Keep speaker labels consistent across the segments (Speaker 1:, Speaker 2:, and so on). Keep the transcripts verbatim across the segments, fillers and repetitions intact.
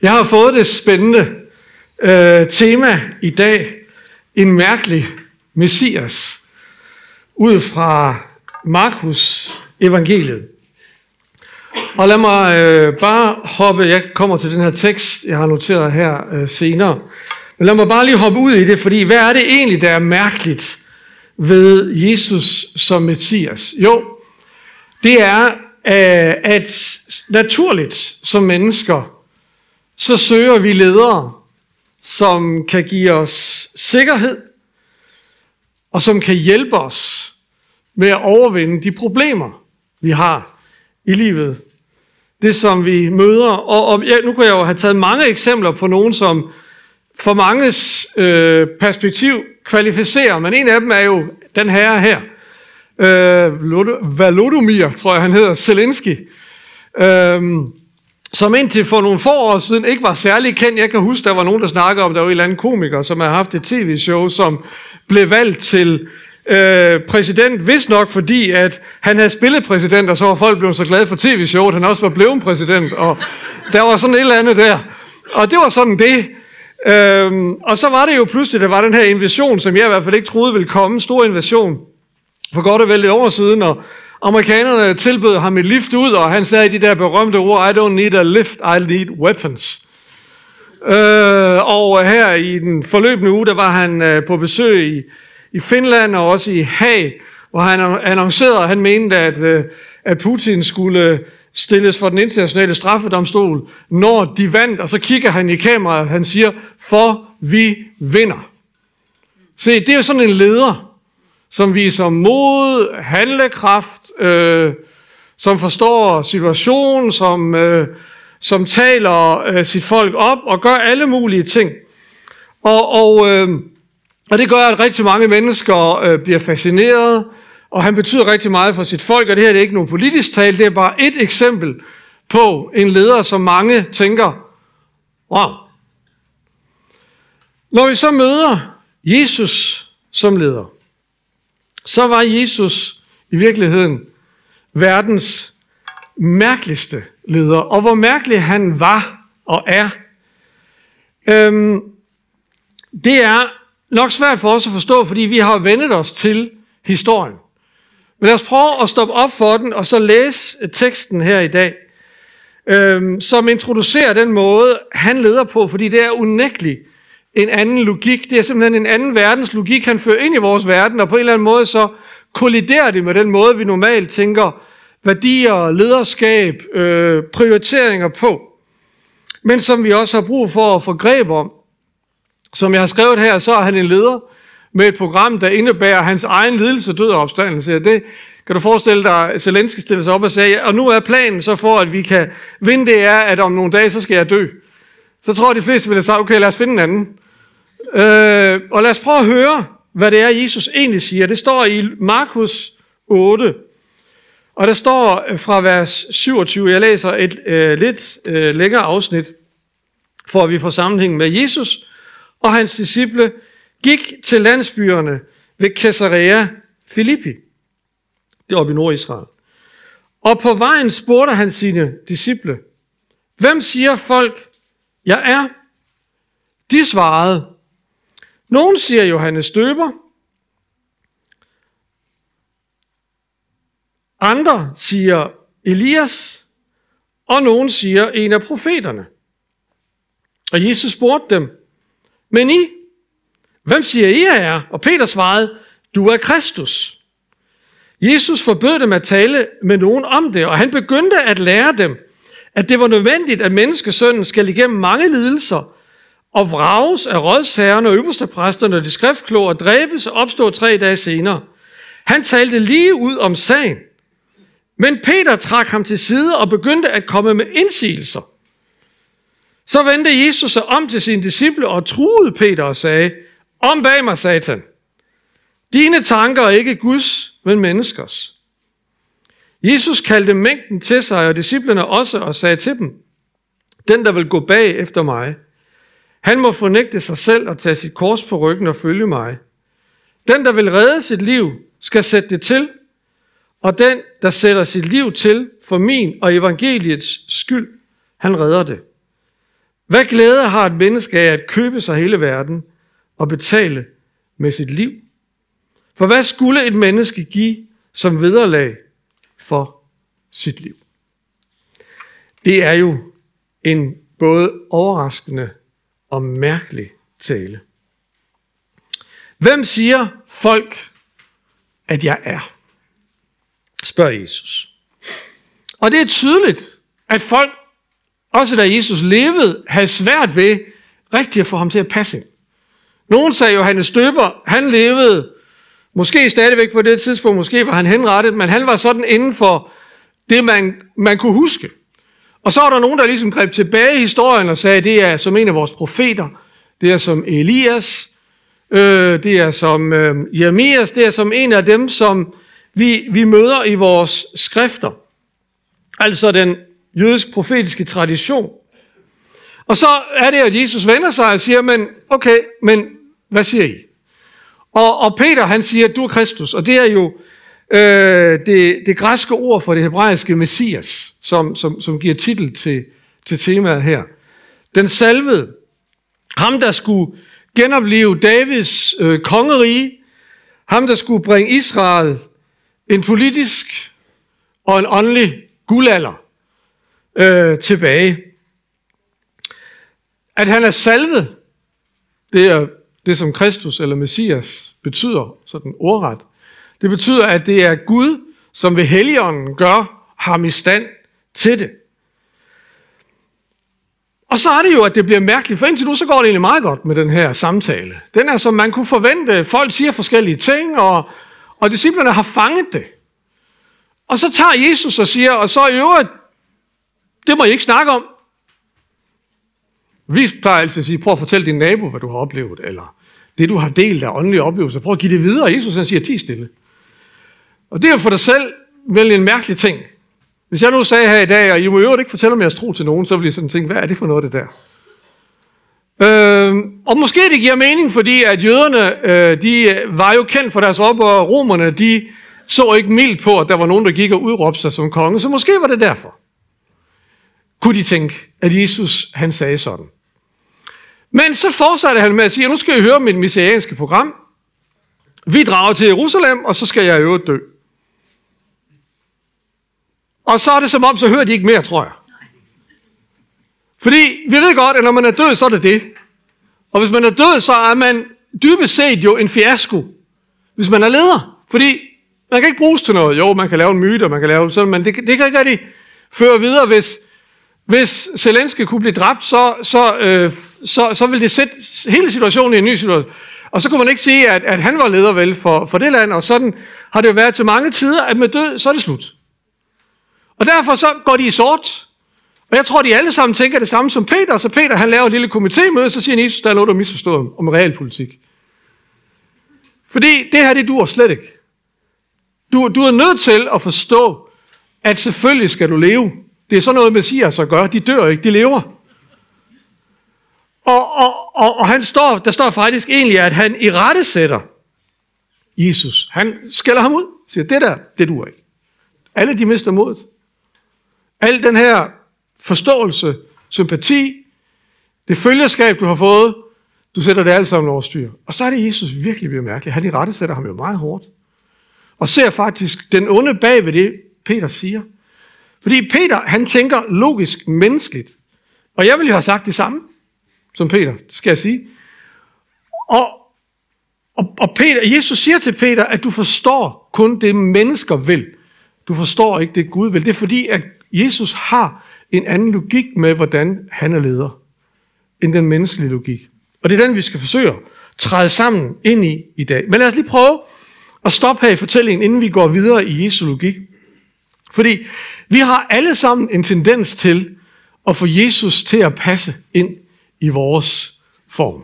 Speaker 1: Jeg har fået det spændende øh, tema i dag, en mærkelig Messias, ud fra Markus evangeliet. Og lad mig øh, bare hoppe, jeg kommer til den her tekst, jeg har noteret her øh, senere, men lad mig bare lige hoppe ud i det, fordi hvad er det egentlig, der er mærkeligt ved Jesus som Messias? Jo, det er, øh, at naturligt som mennesker, så søger vi ledere, som kan give os sikkerhed, og som kan hjælpe os med at overvinde de problemer, vi har i livet. Det, som vi møder. Og, og ja, nu kunne jeg jo have taget mange eksempler på nogen, som for manges øh, perspektiv kvalificerer, men en af dem er jo den herre her. Øh, Volodymyr, tror jeg han hedder, Zelensky. Øh, som indtil for nogle få år siden ikke var særlig kendt. Jeg kan huske, der var nogen, der snakkede om, der var en eller anden komiker, som havde haft et tv-show, som blev valgt til øh, præsident, vist nok fordi, at han havde spillet præsident, og så var folk blevet så glade for tv-showet, han også var blevet præsident, og der var sådan et eller andet der. Og det var sådan det. Øhm, og så var det jo pludselig, der var den her invasion, som jeg i hvert fald ikke troede ville komme, en stor invasion, for godt og vel et år siden, og amerikanerne tilbød ham et lift ud, og han sagde de der berømte ord, I don't need a lift, I need weapons. Øh, og her i den forløbende uge, der var han øh, på besøg i, i Finland og også i Haag, hvor han annoncerede, at han mente, at, øh, at Putin skulle stilles for den internationale straffedomstol, når de vandt, og så kigger han i kameraet, han siger, for vi vinder. Se, det er jo sådan en leder, som viser mod, handlekraft, øh, som forstår situationen, som, øh, som taler øh, sit folk op og gør alle mulige ting. Og, og, øh, og det gør, at rigtig mange mennesker øh, bliver fascineret, og han betyder rigtig meget for sit folk, og det her det er ikke nogen politisk tale, det er bare et eksempel på en leder, som mange tænker, wow. Når vi så møder Jesus som leder, så var Jesus i virkeligheden verdens mærkeligste leder. Og hvor mærkelig han var og er, øhm, det er nok svært for os at forstå, fordi vi har vendet os til historien. Men lad os prøve at stoppe op for den, og så læse teksten her i dag, øhm, som introducerer den måde, han leder på, fordi det er unægteligt en anden logik. Det er simpelthen en anden verdens logik, han fører ind i vores verden, og på en eller anden måde så kolliderer det med den måde, vi normalt tænker værdier, lederskab, øh, prioriteringer på. Men som vi også har brug for at få greb om. Som jeg har skrevet her, så er han en leder med et program, der indebærer hans egen lidelse, død og opstandelse. Det kan du forestille dig, at Zelensky stiller sig op og siger, og nu er planen så for, at vi kan vinde, det er, at om nogle dage, så skal jeg dø. Så tror jeg, de fleste ville sige, okay, lad os finde en anden. Øh, og lad os prøve at høre, hvad det er, Jesus egentlig siger. Det står i Markus otte, og der står fra vers syvogtyve, jeg læser et øh, lidt øh, længere afsnit, for at vi får sammenhæng med Jesus og hans disciple, gik til landsbyerne ved Caesarea Philippi. Det er oppe i Nordisrael. Og på vejen spurgte han sine disciple, hvem siger folk, jeg er? De svarede, nogen siger Johannes Døber, andre siger Elias, og nogen siger en af profeterne. Og Jesus spurgte dem, men I, hvem siger I er? Og Peter svarede, du er Kristus. Jesus forbød dem at tale med nogen om det, og han begyndte at lære dem, at det var nødvendigt, at menneskesønnen skal igennem mange lidelser, og vrages af rådsherrerne og øverstepræsterne og de skriftkloge og dræbes og opstå tre dage senere. Han talte lige ud om sagen, men Peter trak ham til side og begyndte at komme med indsigelser. Så vendte Jesus sig om til sine disciple og truede Peter og sagde, om bag mig, Satan. Dine tanker er ikke Guds, men menneskers. Jesus kaldte mængden til sig, og disciplene også, og sagde til dem, den, der vil gå bag efter mig, han må fornægte sig selv og tage sit kors på ryggen og følge mig. Den, der vil redde sit liv, skal sætte det til, og den, der sætter sit liv til for min og evangeliets skyld, han redder det. Hvad glæde har et menneske af at købe sig hele verden og betale med sit liv? For hvad skulle et menneske give som vederlag for sit liv? Det er jo en både overraskende og mærkelig tale. Hvem siger folk, at jeg er? Spørger Jesus. Og det er tydeligt, at folk, også da Jesus levede, havde svært ved rigtig at få ham til at passe ind. Nogen sagde jo, Johannes Døber, han levede måske stadigvæk på det tidspunkt, måske var han henrettet, men han var sådan inden for det, man, man kunne huske. Og så var der nogen, der ligesom greb tilbage i historien og sagde, det er som en af vores profeter, det er som Elias, øh, det er som øh, Jeremias, det er som en af dem, som vi, vi møder i vores skrifter. Altså den jødisk profetiske tradition. Og så er det, at Jesus vender sig og siger, men okay, men hvad siger I? Og, og Peter, han siger, at du er Kristus, og det er jo øh, det, det græske ord for det hebraiske Messias, som, som, som giver titel til, til temaet her. Den salvede, ham der skulle genopleve Davids øh, kongerige, ham der skulle bringe Israel en politisk og en åndelig guldalder øh, tilbage. At han er salvet, det er det, som Kristus eller Messias betyder, sådan ordret. Det betyder, at det er Gud, som ved Helligånden gør ham i stand til det. Og så er det jo, at det bliver mærkeligt, for indtil nu, så går det egentlig meget godt med den her samtale. Den er, som man kunne forvente. Folk siger forskellige ting, og, og disciplerne har fanget det. Og så tager Jesus og siger, og så i øvrigt, det må I ikke snakke om. Vi plejer altid at sige, prøv at fortælle din nabo, hvad du har oplevet, eller det, du har delt af åndelige oplevelser. Prøv at give det videre. Jesus han siger, ti stille. Og det er jo for dig selv vel en mærkelig ting. Hvis jeg nu sagde her i dag, og I må jo ikke fortælle om jeres tro til nogen, så vil I sådan tænke, hvad er det for noget, det der? Øh, og måske det giver mening, fordi at jøderne, øh, de var jo kendt for deres oprør, og romerne, de så ikke mildt på, at der var nogen, der gik og udråbte sig som konge, så måske var det derfor. Kunne de tænke, at Jesus, han sagde sådan. Men så fortsatte han med at sige, nu skal I høre mit messianske program. Vi drager til Jerusalem, og så skal jeg i øvrigt dø. Og så er det som om, så hører de ikke mere, tror jeg. Fordi vi ved godt, at når man er død, så er det det. Og hvis man er død, så er man dybest set jo en fiasko, hvis man er leder. Fordi man kan ikke bruges til noget. Jo, man kan lave en myte, og man kan lave sådan, men det, det kan ikke rigtig føre videre. Hvis, hvis Zelensky kunne blive dræbt, så, så, øh, så, så vil det sætte hele situationen i en ny situation. Og så kunne man ikke sige, at, at han var leder vel for, for det land, og sådan har det jo været til mange tider, at med død, så er det slut. Og derfor så går de i sort. Og jeg tror, de alle sammen tænker det samme som Peter. Så Peter, han laver et lille komitémøde, så siger Jesus, der er noget, der er misforstået om realpolitik. Fordi det her, det duer slet ikke. Du, du er nødt til at forstå, at selvfølgelig skal du leve. Det er sådan noget, Messias så gør. De dør ikke, de lever. Og, og, og, og han står, der står faktisk egentlig, at han irettesætter Jesus. Han skælder ham ud. Siger, det der, det duer ikke. Alle de mister modet. Al den her forståelse, sympati, det følgeskab, du har fået, du sætter det alt sammen over styr. Og så er det, Jesus virkelig bliver mærkelig. Han irettesætter ham jo meget hårdt. Og ser faktisk den onde bag ved det, Peter siger. Fordi Peter, han tænker logisk, menneskeligt. Og jeg vil jo have sagt det samme som Peter, det skal jeg sige. Og, og, og Peter, Jesus siger til Peter, at du forstår kun det, mennesker vil. Du forstår ikke det, Gud vil. Det er fordi, at Jesus har en anden logik med, hvordan han er leder, end den menneskelige logik. Og det er den, vi skal forsøge at træde sammen ind i i dag. Men lad os lige prøve at stoppe her i fortællingen, inden vi går videre i Jesu logik. Fordi vi har alle sammen en tendens til at få Jesus til at passe ind i vores form.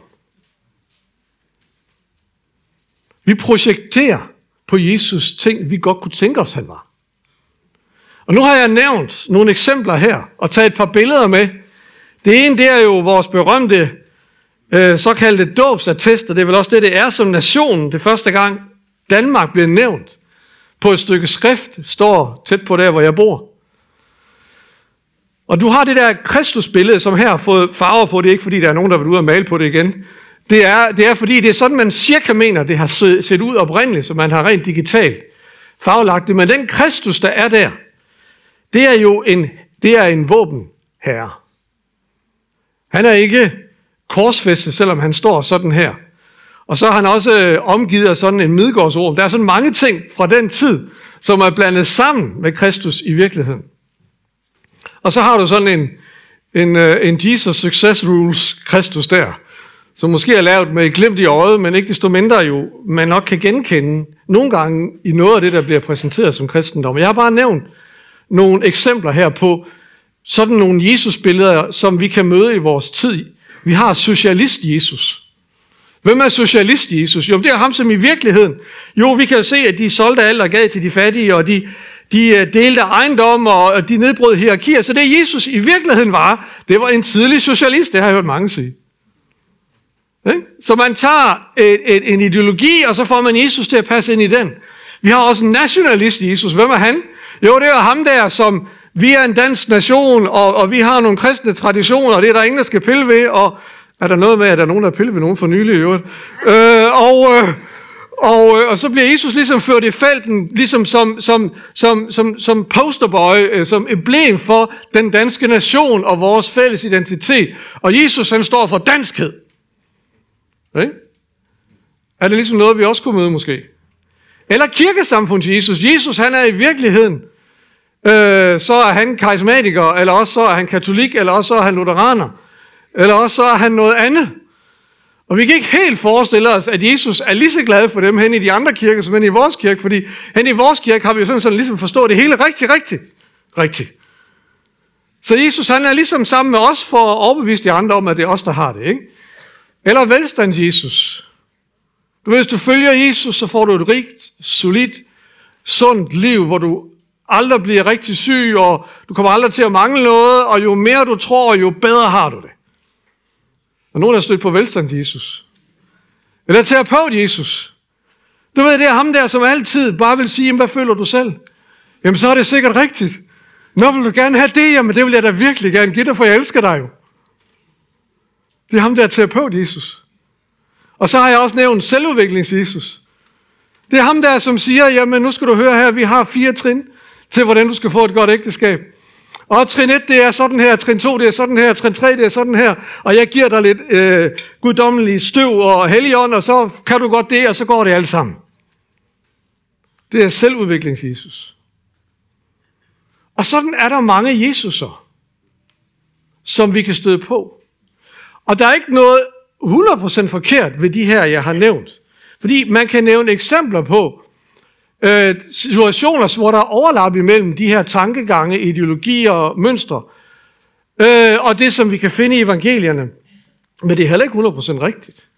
Speaker 1: Vi projekterer på Jesus ting, vi godt kunne tænke os, han var. Og nu har jeg nævnt nogle eksempler her, og taget et par billeder med. Det ene, det er jo vores berømte øh, såkaldte dåbsattester. Det er vel også det, det er som nationen. Det første gang Danmark blev nævnt på et stykke skrift, står tæt på der, hvor jeg bor. Og du har det der Kristusbillede, som her har fået farver på. Det er ikke, fordi der er nogen, der vil ud og male på det igen. Det er, det er, fordi det er sådan, man cirka mener, det har set ud oprindeligt, så man har rent digitalt farvelagt det. Men den Kristus, der er der, det er jo en, det er en våbenherre. Han er ikke korsfæstet, selvom han står sådan her. Og så har han også omgivet af sådan en midgårdsorm. Der er sådan mange ting fra den tid, som er blandet sammen med Kristus i virkeligheden. Og så har du sådan en, en, en Jesus Success Rules Kristus der, som måske er lavet med et glimt i øjet, men ikke desto mindre jo, man nok kan genkende nogle gange i noget af det, der bliver præsenteret som kristendom. Jeg har bare nævnt nogle eksempler her på sådan nogle Jesus-billeder, som vi kan møde i vores tid. Vi har socialist Jesus. Hvem er socialist Jesus? Jo, det er ham, som i virkeligheden, jo, vi kan se, at de solgte alt og gav til de fattige, og de, de delte ejendom, og de nedbrød hierarkier. Så det Jesus i virkeligheden var, det var en tidlig socialist, det har jeg hørt mange sige. Så man tager et, et, en ideologi, og så får man Jesus til at passe ind i den. Vi har også en nationalist Jesus. Hvem er han? Jo, det er jo ham der, som vi er en dansk nation, og, og vi har nogle kristne traditioner, og det er der ingen, der skal pille ved, og er der noget med, at der er nogen, der pille ved nogen for nylig i øvrigt. Øh, og, øh, og, øh, og så bliver Jesus ligesom ført i felten, ligesom som, som, som, som, som posterboy, øh, som emblem for den danske nation og vores fælles identitet. Og Jesus, han står for danskhed. Okay? Er det ligesom noget, vi også kunne møde måske? Eller kirkesamfunds Jesus. Jesus, han er i virkeligheden, øh, så er han karismatiker, eller også så er han katolik, eller også så er han lutheraner, eller også så er han noget andet. Og vi kan ikke helt forestille os, at Jesus er lige så glad for dem hen i de andre kirker, som hen i vores kirke, fordi hen i vores kirke har vi jo sådan, sådan ligesom forstået det hele rigtig, rigtig, rigtig. Så Jesus, han er ligesom sammen med os for at overbevise de andre om, at det er os, der har det, ikke? Eller velstands Jesus. Du ved, hvis du følger Jesus, så får du et rigt, solidt, sundt liv, hvor du aldrig bliver rigtig syg, og du kommer aldrig til at mangle noget, og jo mere du tror, jo bedre har du det. Og nogen har stødt på velstands Jesus. Eller terapeut Jesus. Du ved, det er ham der, som altid bare vil sige, jamen, hvad føler du selv? Jamen, så er det sikkert rigtigt. Nå, vil du gerne have det? Jamen, det vil jeg da virkelig gerne give dig, for jeg elsker dig jo. Det er ham der terapeut Jesus. Og så har jeg også nævnt selvudviklings Jesus. Det er ham der, som siger, jamen nu skal du høre her, vi har fire trin til, hvordan du skal få et godt ægteskab. Og trin et, det er sådan her, trin to, det er sådan her, trin tre, det er sådan her, og jeg giver dig lidt øh, guddommelig støv og helligånd, og så kan du godt det, og så går det alt sammen. Det er selvudviklings Jesus. Og sådan er der mange Jesuser, som vi kan støde på. Og der er ikke noget hundrede procent forkert ved de her, jeg har nævnt. Fordi man kan nævne eksempler på øh, situationer, hvor der er overlap imellem de her tankegange, ideologier og mønstre, øh, og det, som vi kan finde i evangelierne. Men det er heller ikke hundrede procent rigtigt.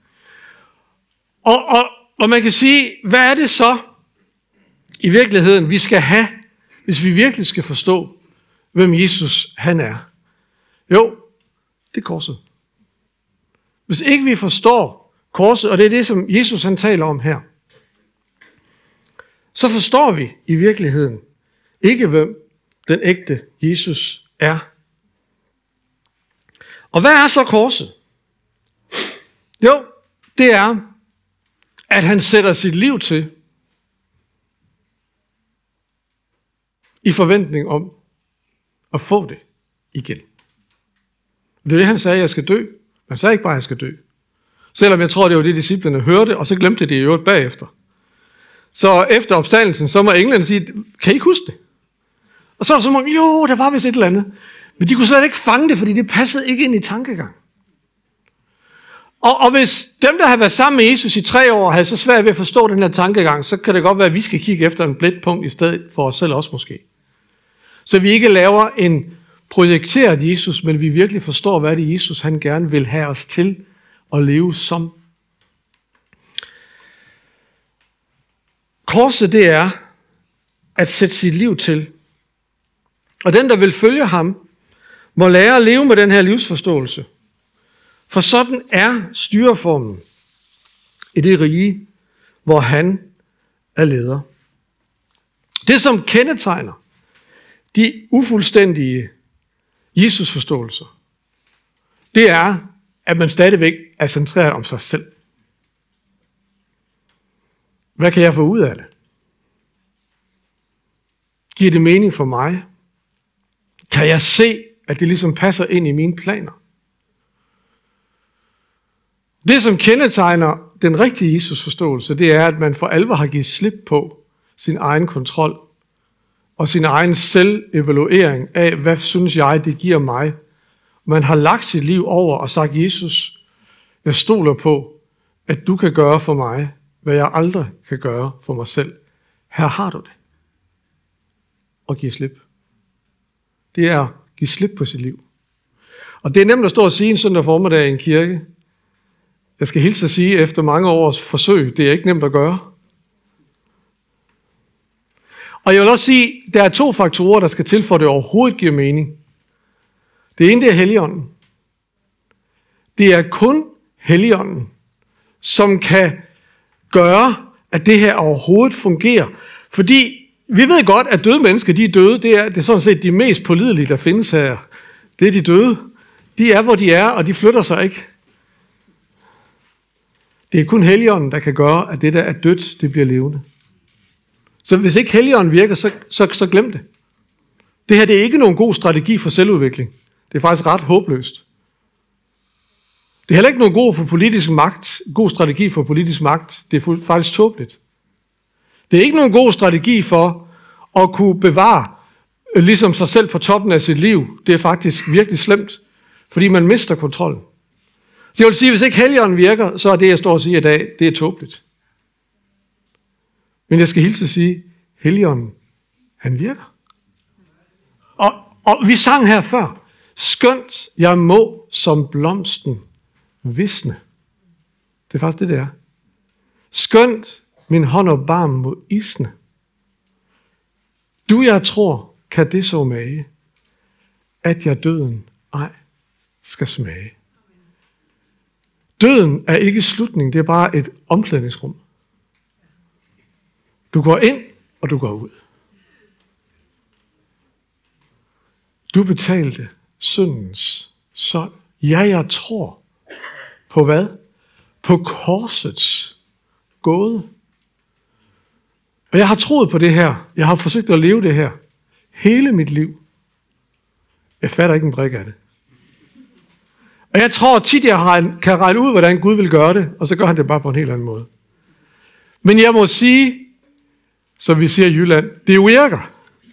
Speaker 1: Og, og, og man kan sige, hvad er det så i virkeligheden, vi skal have, hvis vi virkelig skal forstå, hvem Jesus han er? Jo, det er korset. Hvis ikke vi forstår korset, og det er det, som Jesus han taler om her, så forstår vi i virkeligheden ikke, hvem den ægte Jesus er. Og hvad er så korset? Jo, det er, at han sætter sit liv til i forventning om at få det igen. Det er det, han sagde, at jeg skal dø. Han sagde ikke bare, at jeg skal dø. Selvom jeg tror, det var det, disciplene hørte, og så glemte det i øvrigt bagefter. Så efter opstandelsen, så må englænderne sige, kan I ikke huske det? Og så er det som om, jo, der var vist et eller andet. Men de kunne slet ikke fange det, fordi det passede ikke ind i tankegang. Og, og hvis dem, der har været sammen med Jesus i tre år, havde så svært ved at forstå den her tankegang, så kan det godt være, at vi skal kigge efter en blætpunkt i stedet for os selv også måske. Så vi ikke laver en projekteret Jesus, men vi virkelig forstår, hvad det er Jesus, han gerne vil have os til at leve som. Korset, det er at sætte sit liv til. Og den, der vil følge ham, må lære at leve med den her livsforståelse. For sådan er styreformen i det rige, hvor han er leder. Det, som kendetegner de ufuldstændige Jesus forståelse, det er, at man stadigvæk er centreret om sig selv. Hvad kan jeg få ud af det? Giver det mening for mig? Kan jeg se, at det ligesom passer ind i mine planer? Det, som kendetegner den rigtige Jesus-forståelse, det er, at man for alvor har givet slip på sin egen kontrol og sin egen selvevaluering af, hvad synes jeg, det giver mig. Man har lagt sit liv over og sagt, Jesus, jeg stoler på, at du kan gøre for mig, hvad jeg aldrig kan gøre for mig selv. Her har du det. Og give slip. Det er at give slip på sit liv. Og det er nemt at stå og sige en søndag formiddag i en kirke. Jeg skal hilse at sige, efter mange års forsøg, det er ikke nemt at gøre. Og jeg vil også sige, der er to faktorer, der skal til, for at det overhovedet giver mening. Det ene, det er Helligånden. Det er kun Helligånden, som kan gøre, at det her overhovedet fungerer. Fordi vi ved godt, at døde mennesker, de er døde. Det er, det er sådan set de mest pålidelige, der findes her. Det er de døde. De er, hvor de er, og de flytter sig ikke. Det er kun Helligånden, der kan gøre, at det, der er dødt, det bliver levende. Så hvis ikke Helligånden virker, så, så, så glem det. Det her det er ikke nogen god strategi for selvudvikling. Det er faktisk ret håbløst. Det er heller ikke nogen god, for politisk magt, god strategi for politisk magt. Det er faktisk tåbeligt. Det er ikke nogen god strategi for at kunne bevare ligesom sig selv på toppen af sit liv. Det er faktisk virkelig slemt, fordi man mister kontrollen. Så jeg vil sige, hvis ikke Helligånden virker, så er det, jeg står og siger i dag, det er tåbeligt. Men jeg skal hilse at sige, Helligånden, han virker. Og, og vi sang her før, skønt jeg må som blomsten visne. Det er faktisk det, det er. Skønt min hånd og barm mod isne. Du, jeg tror, kan det så mage, at jeg døden ej skal smage. Døden er ikke slutning, det er bare et omklædningsrum. Du går ind, og du går ud. Du betalte syndens sold. Ja, jeg tror. På hvad? På korsets gåde. Og jeg har troet på det her. Jeg har forsøgt at leve det her. Hele mit liv. Jeg fatter ikke en brik af det. Og jeg tror tit, jeg kan regne ud, hvordan Gud vil gøre det, og så gør han det bare på en helt anden måde. Men jeg må sige, som vi siger i Jylland, det virker.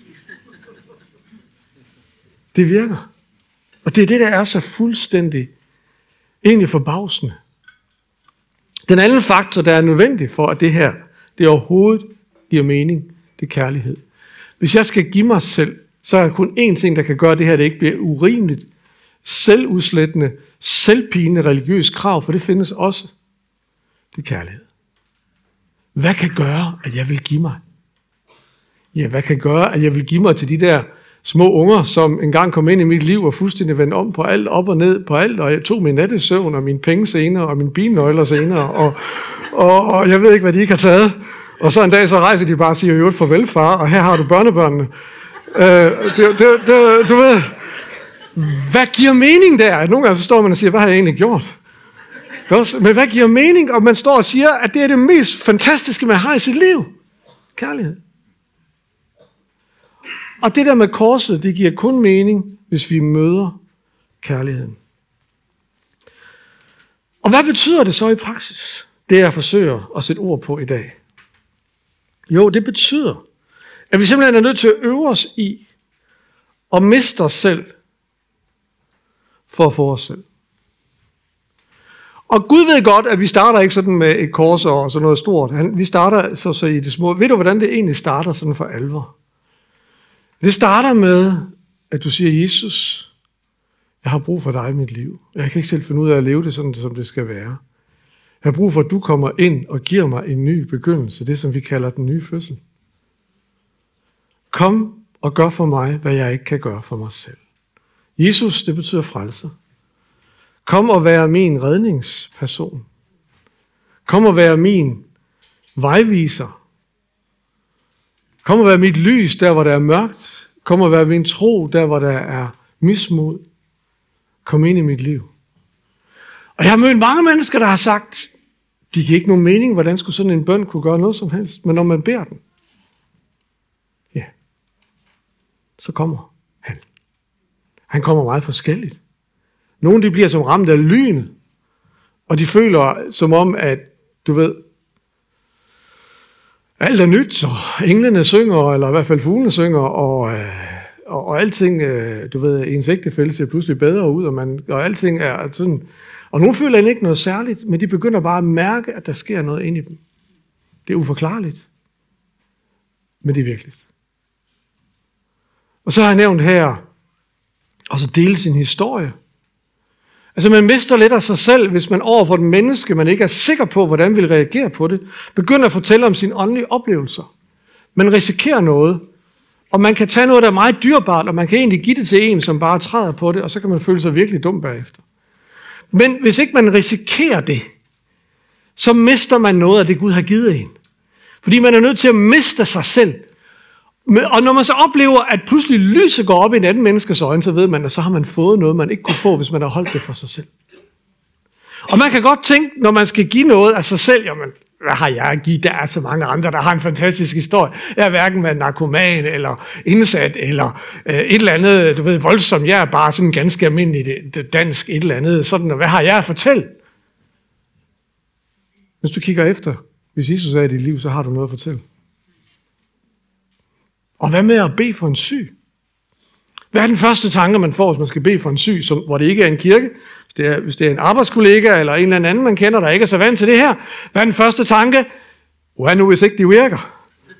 Speaker 1: Det virker. Og det er det, der er så fuldstændig egentlig forbavsende. Den anden faktor, der er nødvendig for, at det her, det overhovedet giver mening, det er kærlighed. Hvis jeg skal give mig selv, så er der kun én ting, der kan gøre det her, det ikke bliver urimeligt, selvudslættende, selvpinende religiøs krav, for det findes også. Det er kærlighed. Hvad kan gøre, at jeg vil give mig? Ja, hvad kan gøre, at jeg vil give mig til de der små unger, som engang kom ind i mit liv og fuldstændig vendte om på alt, op og ned på alt, og jeg tog min nattesøvn og mine penge senere, og mine bilnøgler senere, og, og, og jeg ved ikke, hvad de ikke har taget. Og så en dag, så rejser de bare og siger, jo, farvel far, og her har du børnebørnene. Øh, det, det, det, du ved, hvad giver mening der? Nogle gange så står man og siger, hvad har jeg egentlig gjort? Men hvad giver mening? Og man står og siger, at det er det mest fantastiske, man har i sit liv. Kærlighed. Og det der med korset, det giver kun mening, hvis vi møder kærligheden. Og hvad betyder det så i praksis? Det jeg forsøger at sætte ord på i dag. Jo, det betyder, at vi simpelthen er nødt til at øve os i at miste os selv for at få os selv. Og Gud ved godt, at vi starter ikke sådan med et kors og sådan noget stort. Han, vi starter så, så i det små. Ved du, hvordan det egentlig starter sådan for alvor? Det starter med, at du siger, Jesus, jeg har brug for dig i mit liv. Jeg kan ikke selv finde ud af at leve det sådan, som det skal være. Jeg har brug for, at du kommer ind og giver mig en ny begyndelse. Det, som vi kalder den nye fødsel. Kom og gør for mig, hvad jeg ikke kan gøre for mig selv. Jesus, det betyder frelser. Kom og være min redningsperson. Kom og være min vejviser. Kom og være mit lys, der hvor der er mørkt. Kom og være min tro, der hvor der er mismod, kom ind i mit liv. Og jeg har mødt mange mennesker, der har sagt, de giver ikke nogen mening, hvordan skulle sådan en bøn kunne gøre noget som helst. Men når man beder den, ja, så kommer han. Han kommer meget forskelligt. Nogle de bliver som ramt af lynet, og de føler som om, at du ved, alt er nyt, og englene synger, eller i hvert fald fuglene synger, og, øh, og, og alting, øh, du ved, ens ægtefælle ser pludselig bedre ud, og, man, og alting er sådan. Og nogle føler ikke noget særligt, men de begynder bare at mærke, at der sker noget inde i dem. Det er uforklarligt, men det er virkeligt. Og så har jeg nævnt her, og så dele sin historie. Altså man mister lidt af sig selv, hvis man overfor den menneske, man ikke er sikker på, hvordan vil reagere på det, begynder at fortælle om sine åndelige oplevelser. Man risikerer noget, og man kan tage noget, der er meget dyrebart, og man kan egentlig give det til en, som bare træder på det, og så kan man føle sig virkelig dum bagefter. Men hvis ikke man risikerer det, så mister man noget af det, Gud har givet en. Fordi man er nødt til at miste sig selv. Og når man så oplever, at pludselig lyset går op i en anden menneskes øjne, så ved man, at så har man fået noget, man ikke kunne få, hvis man har holdt det for sig selv. Og man kan godt tænke, når man skal give noget af sig selv, jamen, hvad har jeg at give? Der er så mange andre, der har en fantastisk historie. Jeg er hverken været narkoman, eller indsat, eller øh, et eller andet, du ved, voldsomt. Jeg er bare sådan ganske almindelig dansk, et eller andet. Sådan, hvad har jeg at fortælle? Hvis du kigger efter, hvis Jesus er i dit liv, så har du noget at fortælle. Og hvad med at bede for en syg? Hvad er den første tanke, man får, hvis man skal bede for en syg, som, hvor det ikke er en kirke? Hvis det er, hvis det er en arbejdskollega, eller en eller anden, man kender, der ikke er så vant til det her. Hvad er den første tanke? Hvad nu, hvis ikke de virker?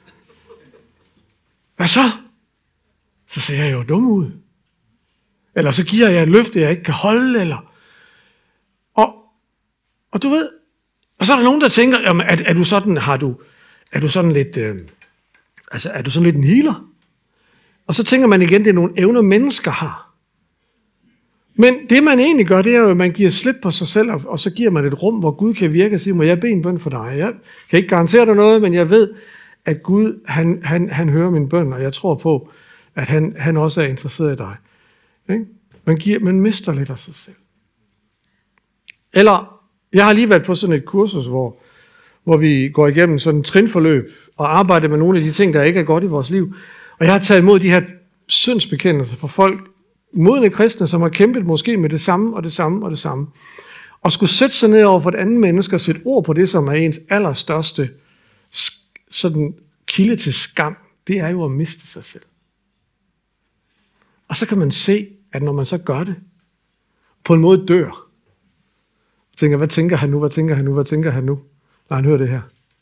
Speaker 1: Hvad så? Så ser jeg jo dum ud. Eller så giver jeg et løfte, jeg ikke kan holde, eller... Og, og du ved... Og så er der nogen, der tænker, jamen, er, er du sådan, har du... Er du sådan lidt... Øh, altså, er du sådan lidt en healer? Og så tænker man igen, det er nogle evner, mennesker har. Men det, man egentlig gør, det er jo, at man giver slip på sig selv, og, og så giver man et rum, hvor Gud kan virke og sige, må jeg bede en bøn for dig? Jeg kan ikke garantere dig noget, men jeg ved, at Gud, han, han, han hører min bøn, og jeg tror på, at han, han også er interesseret i dig. Ikke? Man, giver, man mister lidt af sig selv. Eller, jeg har lige været på sådan et kursus, hvor, hvor vi går igennem sådan et trinforløb, og arbejder med nogle af de ting, der ikke er godt i vores liv. Og jeg har taget imod de her syndsbekendelser fra folk, modne kristne, som har kæmpet måske med det samme og det samme og det samme. Og skulle sætte sig ned over for et andet menneske og sætte ord på det, som er ens allerstørste sådan kilde til skam, det er jo at miste sig selv. Og så kan man se, at når man så gør det, på en måde dør. Jeg tænker, hvad tænker han nu, hvad tænker han nu, hvad tænker han nu, når han hører det her?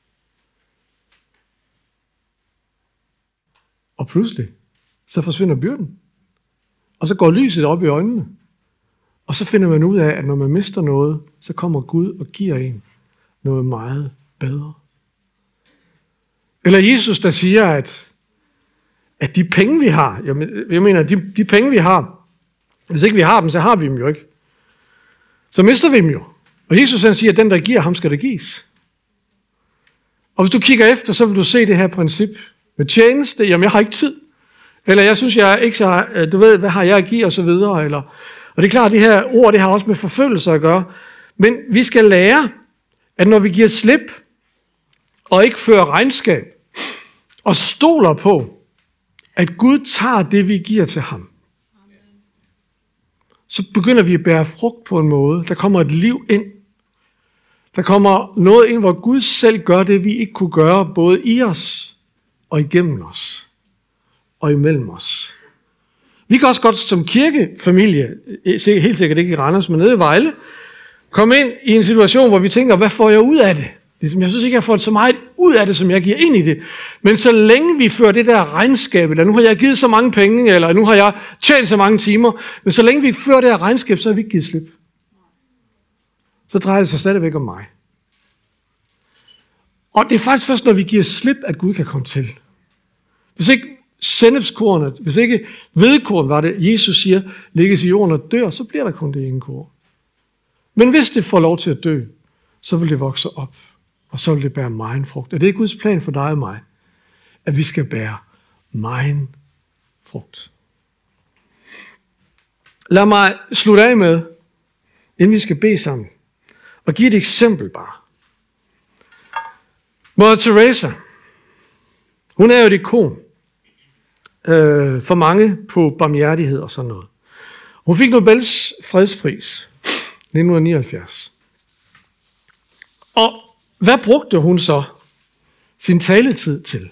Speaker 1: Og pludselig, så forsvinder byrden. Og så går lyset op i øjnene. Og så finder man ud af, at når man mister noget, så kommer Gud og giver en noget meget bedre. Eller Jesus, der siger, at, at de penge, vi har, jeg, jeg mener, de, de penge, vi har, hvis ikke vi har dem, så har vi dem jo ikke. Så mister vi dem jo. Og Jesus han siger, at den, der giver, ham skal det gives. Og hvis du kigger efter, så vil du se det her princip med tjeneste. Jamen, jeg har ikke tid. Eller jeg synes, jeg ikke så, du ved, hvad har jeg at give, og så videre. Eller, og det er klart, at det her ord, det har også med forfølgelse at gøre. Men vi skal lære, at når vi giver slip, og ikke fører regnskab, og stoler på, at Gud tager det, vi giver til ham, så begynder vi at bære frugt på en måde. Der kommer et liv ind. Der kommer noget ind, hvor Gud selv gør det, vi ikke kunne gøre, både i os og igennem os og imellem os. Vi kan også godt som kirkefamilie, helt sikkert ikke i Randers, men nede i Vejle, komme ind i en situation, hvor vi tænker, hvad får jeg ud af det? Ligesom, jeg synes ikke, jeg får så meget ud af det, som jeg giver ind i det. Men så længe vi fører det der regnskab, eller nu har jeg givet så mange penge, eller nu har jeg tjent så mange timer, men så længe vi fører det her regnskab, så har vi ikke givet slip. Så drejer det sig stadigvæk om mig. Og det er faktisk først, når vi giver slip, at Gud kan komme til. Hvis ikke sennepskornet, hvis ikke hvedekorn var det, Jesus siger, lægges i jorden og dør, så bliver der kun det ene korn. Men hvis det får lov til at dø, så vil det vokse op, og så vil det bære megen frugt. Og det er Guds plan for dig og mig, at vi skal bære megen frugt. Lad mig slutte af med, inden vi skal bede sammen, og give et eksempel bare. Mother Teresa, hun er jo et ikon øh, for mange på barmhjertighed og sådan noget. Hun fik Nobels fredspris nitten nioghalvfjerds. Og hvad brugte hun så sin taletid til?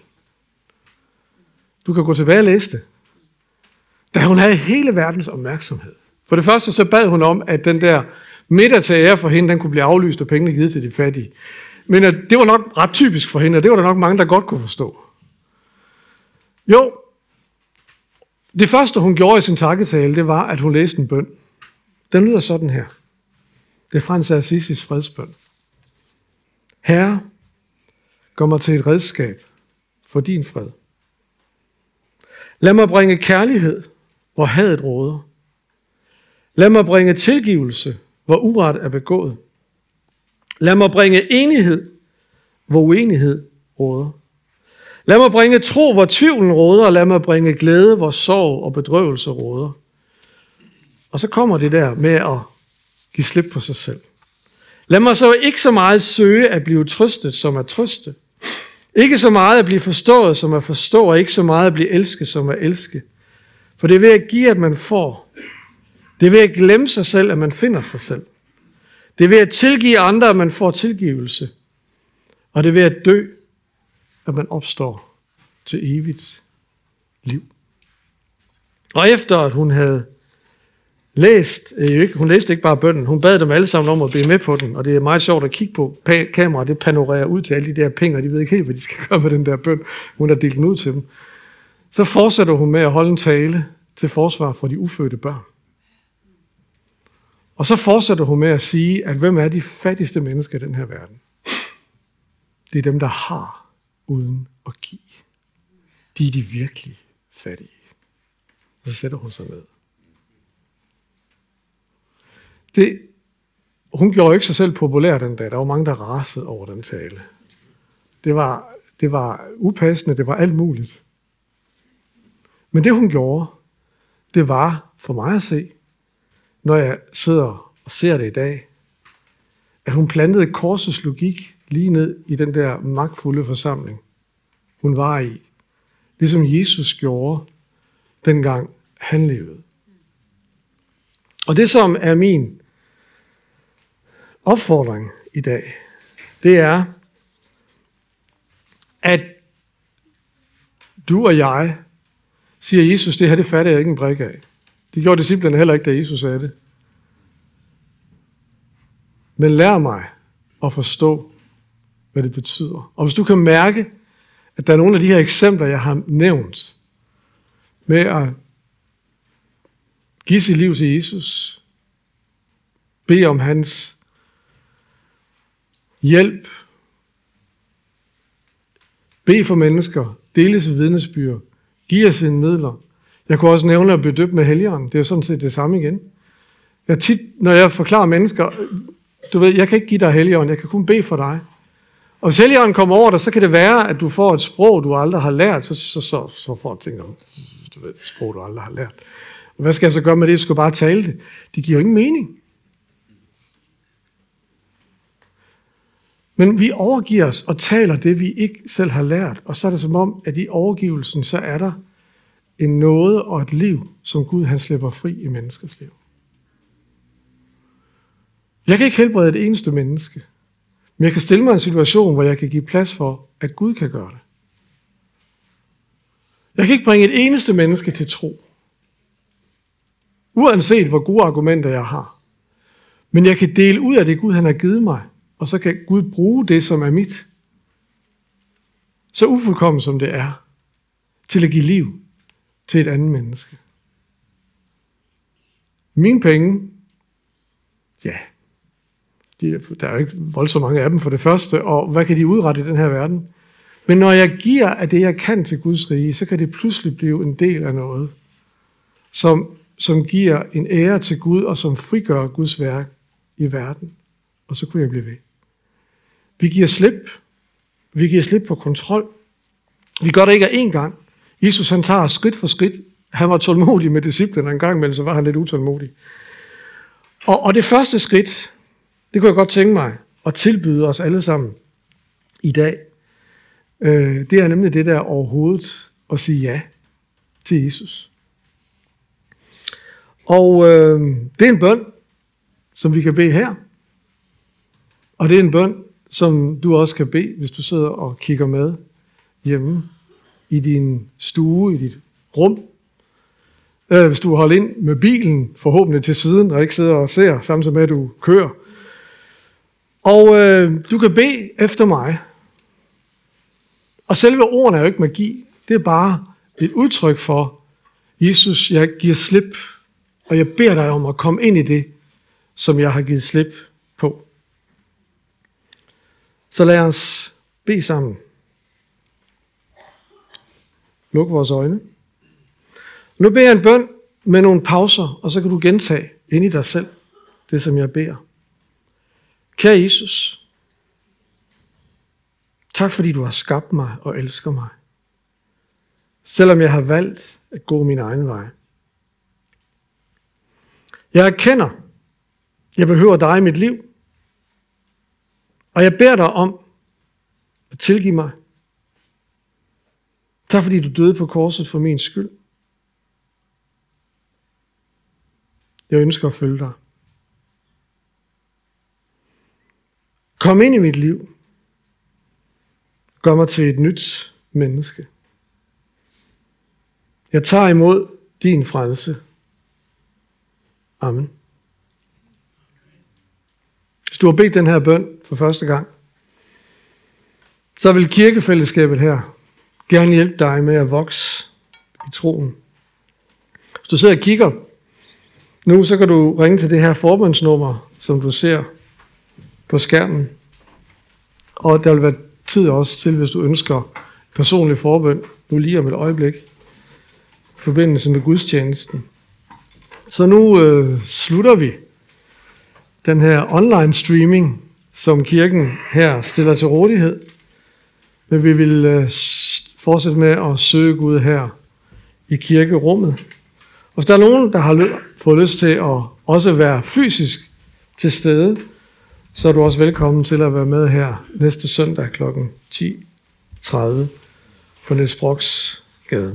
Speaker 1: Du kan gå tilbage og læse det. Da hun havde hele verdens opmærksomhed. For det første så bad hun om, at den der middag til ære for hende, den kunne blive aflyst og pengene givet til de fattige. Men det var nok ret typisk for hende, og det var der nok mange, der godt kunne forstå. Jo, det første hun gjorde i sin takketale, det var, at hun læste en bøn. Den lyder sådan her. Det er Frans af Assisis fredsbøn. Herre, gør mig til et redskab for din fred. Lad mig bringe kærlighed, hvor hadet råder. Lad mig bringe tilgivelse, hvor uret er begået. Lad mig bringe enighed, hvor uenighed råder. Lad mig bringe tro, hvor tvivlen råder, og lad mig bringe glæde, hvor sorg og bedrøvelse råder. Og så kommer det der med at give slip på sig selv. Lad mig så ikke så meget søge at blive trøstet, som at trøste. Ikke så meget at blive forstået, som at forstå, og ikke så meget at blive elsket, som at elske. For det er ved at give, at man får. Det er ved at glemme sig selv, at man finder sig selv. Det er ved at tilgive andre, at man får tilgivelse. Og det er ved at dø, at man opstår til evigt liv. Og efter at hun havde læst, øh, hun læste ikke bare bønnen, hun bad dem alle sammen om at bede med på den, og det er meget sjovt at kigge på kameraet, det panorerer ud til alle de der penge, og de ved ikke helt, hvad de skal gøre med den der bøn, hun har delt den ud til dem. Så fortsætter hun med at holde en tale til forsvar for de ufødte børn. Og så fortsætter hun med at sige, at hvem er de fattigste mennesker i den her verden? Det er dem, der har uden at give. De er de virkelig fattige. Og så sætter hun sig ned. Det, hun gjorde ikke sig selv populær den dag. Der var mange, der rasede over den tale. Det var, det var upassende, det var alt muligt. Men det hun gjorde, det var for mig at se, når jeg sidder og ser det i dag, at hun plantede korsets logik lige ned i den der magtfulde forsamling, hun var i. Ligesom Jesus gjorde, dengang han levede. Og det, som er min opfordring i dag, det er, at du og jeg siger, Jesus, det her, det fatter jeg ikke en brik af. Det gjorde disciplerne heller ikke, da Jesus sagde det. Men lær mig at forstå, hvad det betyder. Og hvis du kan mærke, at der er nogle af de her eksempler, jeg har nævnt, med at give sit liv til Jesus, bede om hans hjælp, bede for mennesker, dele sit vidnesbyrd, give os sine midler. Jeg kunne også nævne at blive døbt med Helligånden. Det er sådan set det samme igen. Jeg tit, når jeg forklarer mennesker, du ved, jeg kan ikke give dig Helligånden, jeg kan kun bede for dig. Og hvis Helligånden kommer over dig, så kan det være, at du får et sprog, du aldrig har lært, så, så, så, så får du tænker, du ved, et sprog, du aldrig har lært. Og hvad skal jeg så gøre med det? Jeg skal bare tale det. Det giver jo ingen mening. Men vi overgiver os og taler det, vi ikke selv har lært, og så er det som om, at i overgivelsen, så er der en nåde og et liv, som Gud han slipper fri i menneskers liv. Jeg kan ikke helbrede et eneste menneske, men jeg kan stille mig i en situation, hvor jeg kan give plads for, at Gud kan gøre det. Jeg kan ikke bringe et eneste menneske til tro, uanset hvor gode argumenter jeg har. Men jeg kan dele ud af det, Gud han har givet mig, og så kan Gud bruge det, som er mit, så ufuldkommen som det er, til at give liv til et andet menneske. Mine penge, ja, de, der er jo ikke voldsomt mange af dem for det første, og hvad kan de udrette i den her verden? Men når jeg giver af det, jeg kan til Guds rige, så kan det pludselig blive en del af noget, som, som giver en ære til Gud, og som frigør Guds værk i verden. Og så kunne jeg blive ved. Vi giver slip. Vi giver slip på kontrol. Vi gør det ikke af én gang. Jesus han tager skridt for skridt Han var tålmodig med disciplen, og en gang imellem så var han lidt utålmodig. Og, og det første skridt, det kunne jeg godt tænke mig at tilbyde os alle sammen i dag. Øh, det er nemlig det der overhovedet at sige ja til Jesus. Og øh, det er en bøn, som vi kan bede her. Og det er en bøn, som du også kan bede, hvis du sidder og kigger med hjemme i din stue, i dit rum. Øh, hvis du holder ind med bilen, forhåbentlig til siden, og ikke sidder og ser, samtidig med at du kører. Og øh, du kan bede efter mig. Og selve ordene er jo ikke magi. Det er bare et udtryk for, Jesus, jeg giver slip, og jeg beder dig om at komme ind i det, som jeg har givet slip på. Så lad os bede sammen. Luk vores øjne. Nu beder jeg en bøn med nogle pauser, og så kan du gentage ind i dig selv det, som jeg beder. Kære Jesus, tak fordi du har skabt mig og elsker mig, selvom jeg har valgt at gå min egen vej. Jeg erkender, jeg behøver dig i mit liv, og jeg beder dig om at tilgive mig. Tak fordi du døde på korset for min skyld. Jeg ønsker at følge dig. Kom ind i mit liv. Gør mig til et nyt menneske. Jeg tager imod din frelse. Amen. Hvis du har bedt den her bøn for første gang, så vil kirkefællesskabet her gerne hjælpe dig med at vokse i troen. Hvis du sidder og kigger nu, så kan du ringe til det her forbundsnummer, som du ser på skærmen. Og der vil være tid også til, hvis du ønsker personlig forbøn, nu lige om et øjeblik, i forbindelse med gudstjenesten. Så nu øh, slutter vi den her online streaming, som kirken her stiller til rådighed. Men vi vil øh, fortsætte med at søge Gud her i kirkerummet. Og hvis der er nogen, der har lø- fået lyst til at også være fysisk til stede, så er du også velkommen til at være med her næste søndag klokken ti tredive på Niels Broks Gade.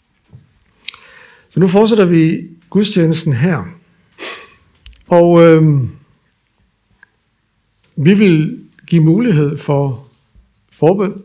Speaker 1: Så nu fortsætter vi gudstjenesten her. Og øh, vi vil give mulighed for forbøn.